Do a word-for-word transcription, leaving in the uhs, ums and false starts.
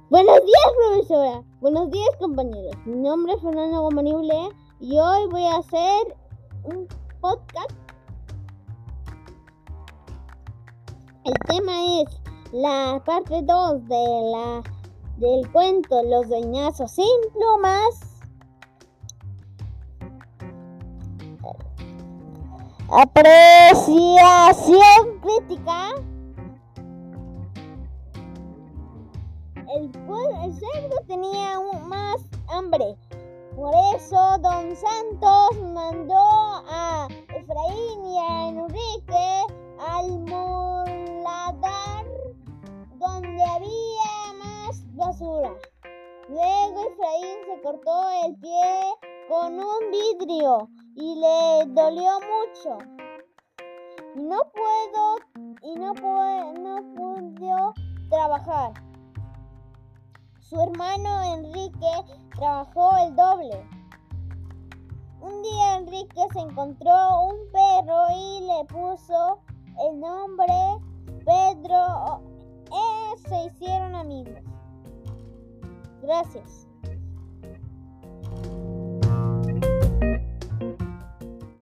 Buenos días, profesora. Buenos días, compañeros. Mi nombre es Fernando Gomanible y hoy voy a hacer un podcast. El tema es la parte dos de la, del cuento Los Dueñazos sin plumas. Apreciación crítica. El, el cerdo tenía más hambre. Por eso Don Santos mandó a Efraín y a Enrique al muladar donde había más basura. Luego Efraín se cortó el pie con un vidrio y le dolió mucho. Y no puedo y no pudo, no pudo trabajar. Su hermano Enrique trabajó el doble. Un día Enrique se encontró un perro y le puso el nombre Pedro. Eh, se hicieron amigos. Gracias.